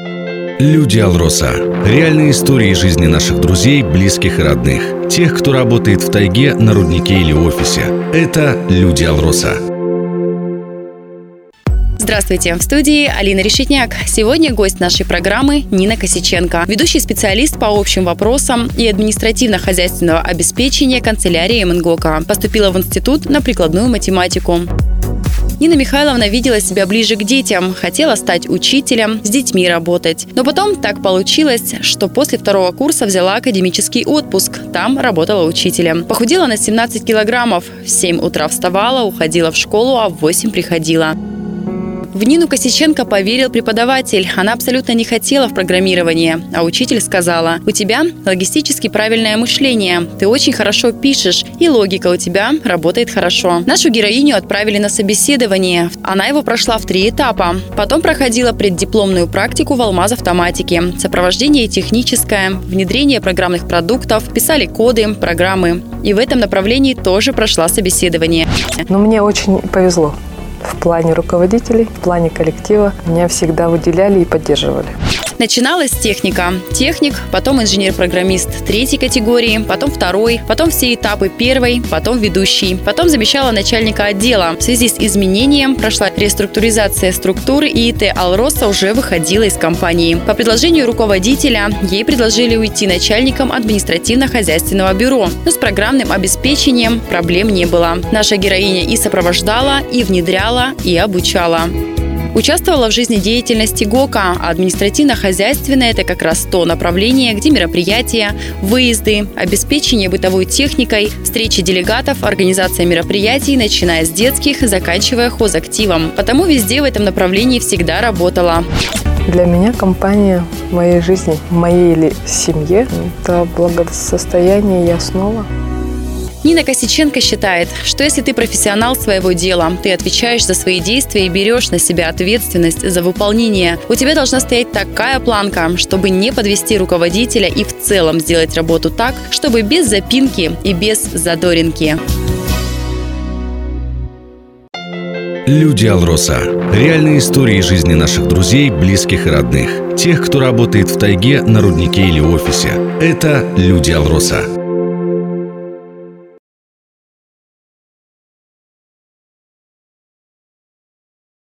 Люди Алроса. Реальные истории жизни наших друзей, близких и родных. Тех, кто работает в тайге, на руднике или офисе. Это Люди Алроса. Здравствуйте, в студии Алина Решетняк. Сегодня гость нашей программы Нина Косиченко, ведущий специалист по общим вопросам и административно-хозяйственного обеспечения канцелярии МНГОКа. Поступила в институт на прикладную математику. Нина Михайловна видела себя ближе к детям, хотела стать учителем, с детьми работать. Но потом так получилось, что после второго курса взяла академический отпуск. Там работала учителем. Похудела на 17 килограммов. В 7 утра вставала, уходила в школу, а в 8 приходила. В Нину Косиченко поверил преподаватель. Она абсолютно не хотела в программирование. А учитель сказала: «У тебя логистически правильное мышление. Ты очень хорошо пишешь, и логика у тебя работает хорошо». Нашу героиню отправили на собеседование. Она его прошла в 3 этапа. Потом проходила преддипломную практику в Алмаз-автоматике. Сопровождение техническое, внедрение программных продуктов, писали коды, программы. И в этом направлении тоже прошла собеседование. Но мне очень повезло. В плане руководителей, в плане коллектива меня всегда выделяли и поддерживали. Начиналась техника. Техник, потом инженер-программист 3 категории, потом 2, потом все этапы 1, потом ведущий. Потом замещала начальника отдела. В связи с изменением прошла реструктуризация структуры, и ИТ Алроса уже выходила из компании. По предложению руководителя ей предложили уйти начальником административно-хозяйственного бюро. Но с программным обеспечением проблем не было. Наша героиня и сопровождала, и внедряла, и обучала. Участвовала в жизнедеятельности ГОКа, а административно-хозяйственное – это как раз то направление, где мероприятия, выезды, обеспечение бытовой техникой, встречи делегатов, организация мероприятий, начиная с детских, заканчивая хозактивом. Потому везде в этом направлении всегда работала. Для меня компания в моей жизни, в моей или семье – это благосостояние и основа. Нина Косиченко считает, что если ты профессионал своего дела, ты отвечаешь за свои действия и берешь на себя ответственность за выполнение, у тебя должна стоять такая планка, чтобы не подвести руководителя и в целом сделать работу так, чтобы без запинки и без задоринки. Люди Алроса. Реальные истории жизни наших друзей, близких и родных. Тех, кто работает в тайге, на руднике или офисе. Это Люди Алроса.